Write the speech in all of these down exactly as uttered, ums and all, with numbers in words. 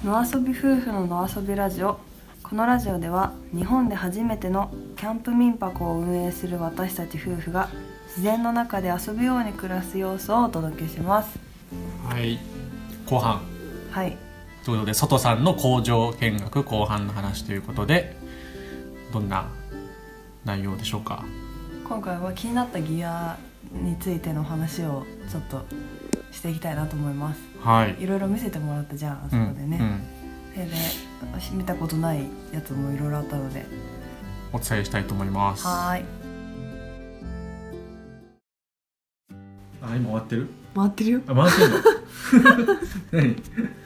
野遊び夫婦の野遊びラジオ。このラジオでは日本で初めてのキャンプ民泊を運営する私たち夫婦が自然の中で遊ぶように暮らす様子をお届けします。 はい、後半。 はい。 ということで、外さんの工場見学後半の話ということで、どんな内容でしょうか。 今回は気になったギアについての話をちょっとしていきたいなと思います。 はい。 いろいろ見せてもらったじゃん、あそこでね。うんうんで見たことないやつもいろいろあったのでお伝えしたいと思います。 はい。 あ、今終わってる？ 回ってるよ。 あ、回ってるの？何？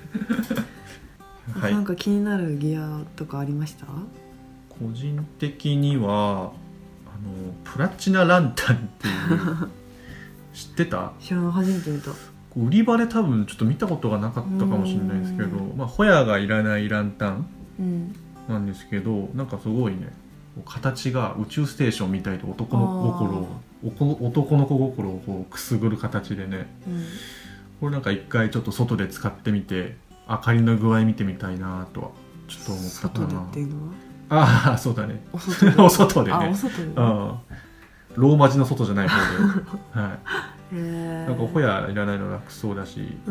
はい、なんか気になるギアとかありました？ 個人的にはあのプラチナランタンっていう知ってた？ 知らない、初めて見た。 売り場で多分ちょっと見たことがなかったかもしれないですけど、まあ、ホヤがいらないランタンなんですけど、うん、なんかすごいね、形が宇宙ステーションみたいで男の心を男の子心をこうくすぐる形でね、うん、これなんか一回ちょっと外で使ってみて明かりの具合見てみたいなとはちょっと思ったかな。 外でっていうのは？ ああ、そうだね、 お外でお外でね、 あ、お外でね、 うん、ローマ字の外じゃない方ではいなんかホヤいらないの楽そうだし、うん、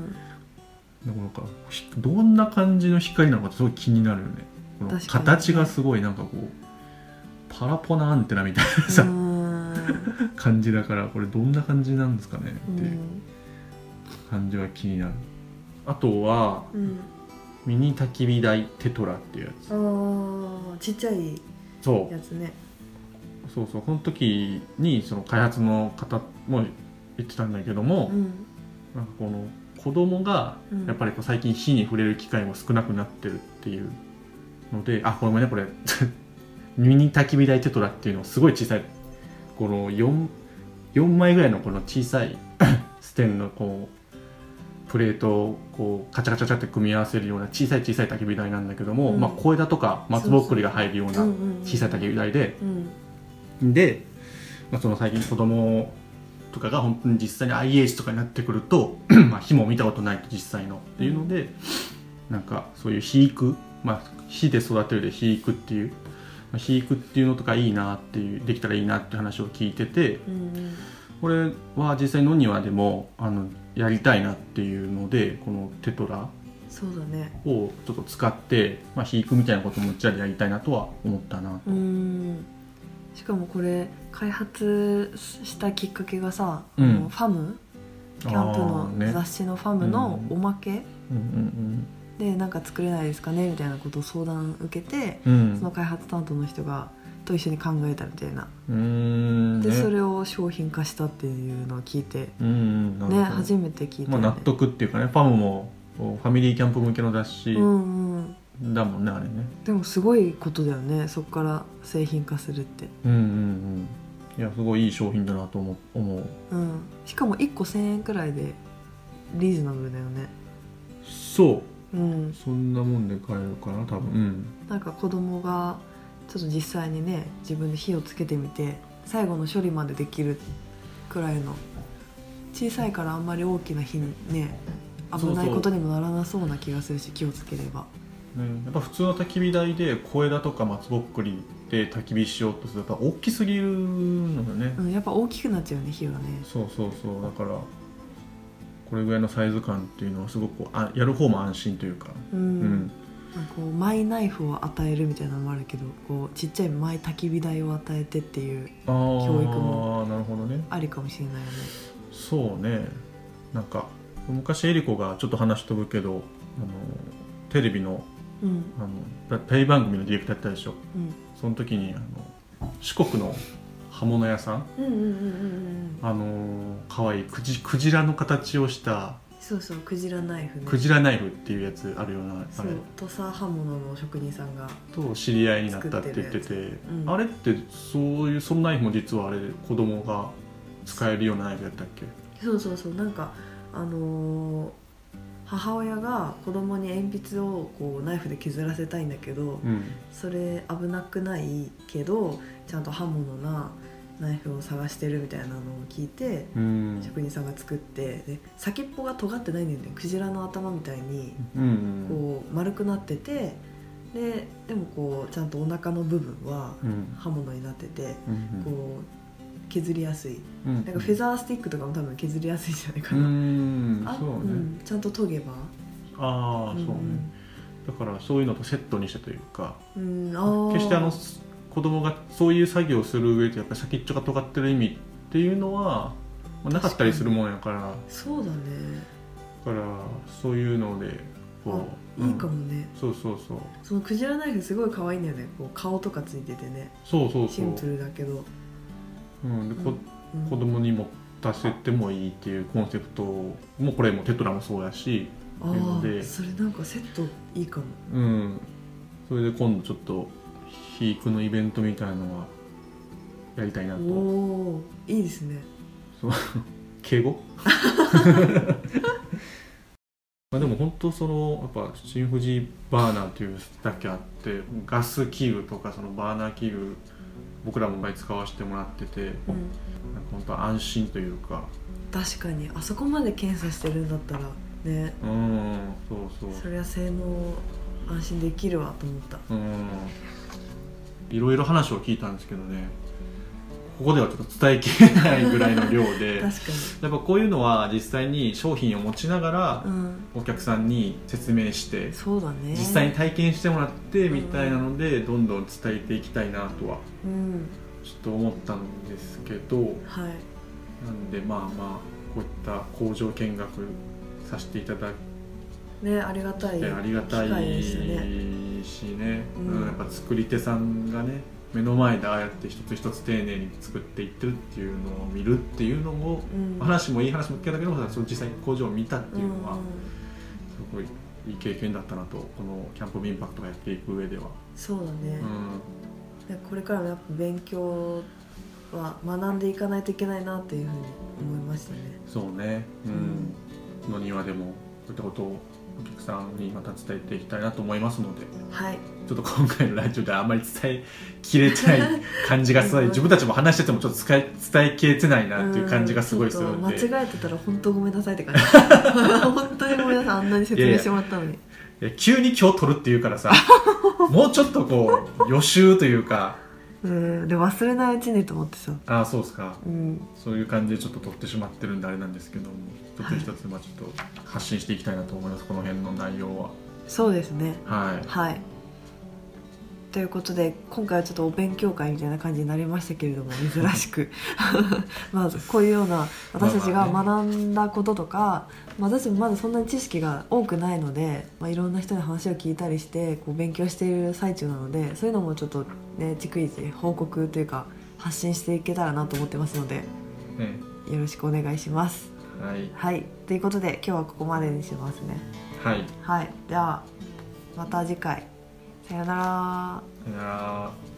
なんかどんな感じの光なのかすごい気になるよね。この形がすごいなんかこうパラポナアンテナみたいなさ感じだから、これどんな感じなんですかねっていう感じは気になる。あとは、うん、ミニ焚き火台テトラっていうやつ。 あー、ちっちゃいやつね。 そうそう、この時にその開発の方も言ってたんだけども、うん、なんかこの子供がやっぱりこう最近火に触れる機会も少なくなってるっていうので、あ、これもね、これミニ焚き火台テトラっていうのをすごい小さいこの 4, 4枚ぐらいのこの小さいステンのこうプレートをこうカチャカチャカチャって組み合わせるような小さい小さい焚き火台なんだけども、うん、まあ、小枝とか松ぼっくりが入るような小さい焚き火台で、で、まあ、その最近子供とかが本当に実際に アイエイチ とかになってくるとまあ火も見たことないと実際のっていうので、なんかそういう火育、まあ、火で育てるで火育っていう、まあ、火育っていうのとかいいなっていう、できたらいいなっていう話を聞いてて、うん、これは実際野庭でもあのやりたいなっていうので、このテトラそうだねをちょっと使って、まあ、火育みたいなこともうちらでやりたいなとは思ったなと。うん、 しかもこれ開発したきっかけがさ、うん、ファムキャンプの雑誌のファムのおまけでなんか作れないですかねみたいなことを相談受けて、うん、その開発担当の人がと一緒に考えたみたいな、うーん、ね、でそれを商品化したっていうのを聞いて、うん、ね、初めて聞いた、ね、 まあ、納得っていうかね、ファムもファミリーキャンプ向けの雑誌、うんうん、だもんね、あれね。 でもすごいことだよね、そこから製品化するって。 うんうんうん、いやすごいいい商品だなと思う、思う、 うん、しかもいっこせんえんくらいでリーズナブルだよね。 そう、うん、そんなもんで買えるかな多分、うん、 なんか子供がちょっと実際にね自分で火をつけてみて最後の処理までできるくらいの小さいから、あんまり大きな火にね危ないことにもならなそうな気がするし、気をつければ。 ね、やっぱ普通の焚き火台で小枝とか松ぼっくりで焚き火しようとするとやっぱ大きすぎるのよね、 うん、やっぱ大きくなっちゃうね、火はね。 そうそうそう、だからこれぐらいのサイズ感っていうのはすごくあやる方も安心というか、うん、うん、 なんかこうマイナイフを与えるみたいなのもあるけど、こうちっちゃいマイ焚き火台を与えてっていう教育もありかもしれないよね。 そうね、なんか昔エリコがちょっと話飛ぶけど、あのテレビのうん、あのテレビ番組のディレクターやったでしょ、うん、その時にあの四国の刃物屋さん、あのかわいいクジ、クジラの形をした、 そうそう、クジラナイフ、ね、 クジラナイフっていうやつあるような、 そう、土佐刃物の職人さんがと知り合いになったって言ってて、うん、あれってそういうそのナイフも実はあれ子供が使えるようなナイフやったっけ？ そうそうそう、なんかあのー母親が子供に鉛筆をこうナイフで削らせたいんだけど、うん、それ危なくないけどちゃんと刃物なナイフを探してるみたいなのを聞いて、うん、職人さんが作って、で先っぽが尖ってないんだよね。クジラの頭みたいにこう丸くなってて、で, でもこうちゃんとお腹の部分は刃物になってて、うん、こう削りやすい、うん、なんかフェザースティックとかも多分削りやすいんじゃないかな、うん、あそうね、うん、ちゃんと研げば、 ああ、うん、そうね。だからそういうのとセットにしてというか、うん、あ決してあの子供がそういう作業をする上でやっぱり先っちょが尖ってる意味っていうのは、まあ、なかったりするもんやから、 そうだね。 だからそういうのでこういいかもね、 うん、そうそうそう。 そのクジラナイフすごい可愛いんだよね。こう顔とかついててね。 そうそうそう。 シンプルだけど、 うんで、こうん、子供に持たせてもいいっていうコンセプトも、これもテトラもそうやし、 ああ、それなんかセットいいかも。 うん。それで今度ちょっと肥育のイベントみたいなのはやりたいなと。 おー、いいですね。 そう敬語まあでも本当そのやっぱ新富士バーナーというだけあって、ガス器具とかそのバーナー器具僕らも毎使わせてもらってて、うん、なんか本当安心というか。 確かにあそこまで検査してるんだったらね、 うん、そうそう、 そりゃ性能安心できるわと思った。うん、 いろいろ話を聞いたんですけどね、ここではちょっと伝えきれないぐらいの量で確かにやっぱこういうのは実際に商品を持ちながらお客さんに説明して、うん、 そうだね、 実際に体験してもらってみたいなので、うん、どんどん伝えていきたいなとはちょっと思ったんですけど、うん、はい、なんでまあまあこういった工場見学させていただきね、ありがたいありがたいしね、うん、やっぱ作り手さんがね目の前でああやって一つ一つ丁寧に作っていってるっていうのを見るっていうのを、うん、話もいい話も聞けたけど、その実際に工場を見たっていうのは、うん、すごいいい経験だったなと、このキャンプインパクトがやっていく上では。 そうだね、うん、これからもやっぱ勉強は学んでいかないといけないなっていうふうに思いましたね。 そうね、うん、の庭でもそういったことをお客さんにまた伝えていきたいなと思いますので、はい、ちょっと今回のラジオであんまり伝えきれてない感じがすごい自分たちも話しててもちょっと伝え、伝えきれてないなっていう感じがすごいするので、 間違えてたら本当ごめんなさいって感じ本当にごめんなさい、あんなに説明してもらったのに。いやいや急に今日撮るっていうからさもうちょっとこう予習というかうんで忘れないうちにと思ってさ。 ああそうですか、うん、そういう感じでちょっと撮ってしまってるんであれなんですけども、一つ一つまあちょっと発信していきたいなと思います、この辺の内容は。 そうですね、 はい、はい、 ということで今回はちょっとお勉強会みたいな感じになりましたけれども、珍しくまずこういうような私たちが学んだこととか、まあまあね、私もまだそんなに知識が多くないので、まあ、いろんな人に話を聞いたりしてこう勉強している最中なので、そういうのもちょっとね逐一報告というか発信していけたらなと思ってますので、うん、よろしくお願いします。はい、はい、ということで今日はここまでにしますね。はい、はい、ではまた次回、さよなら。 さよなら。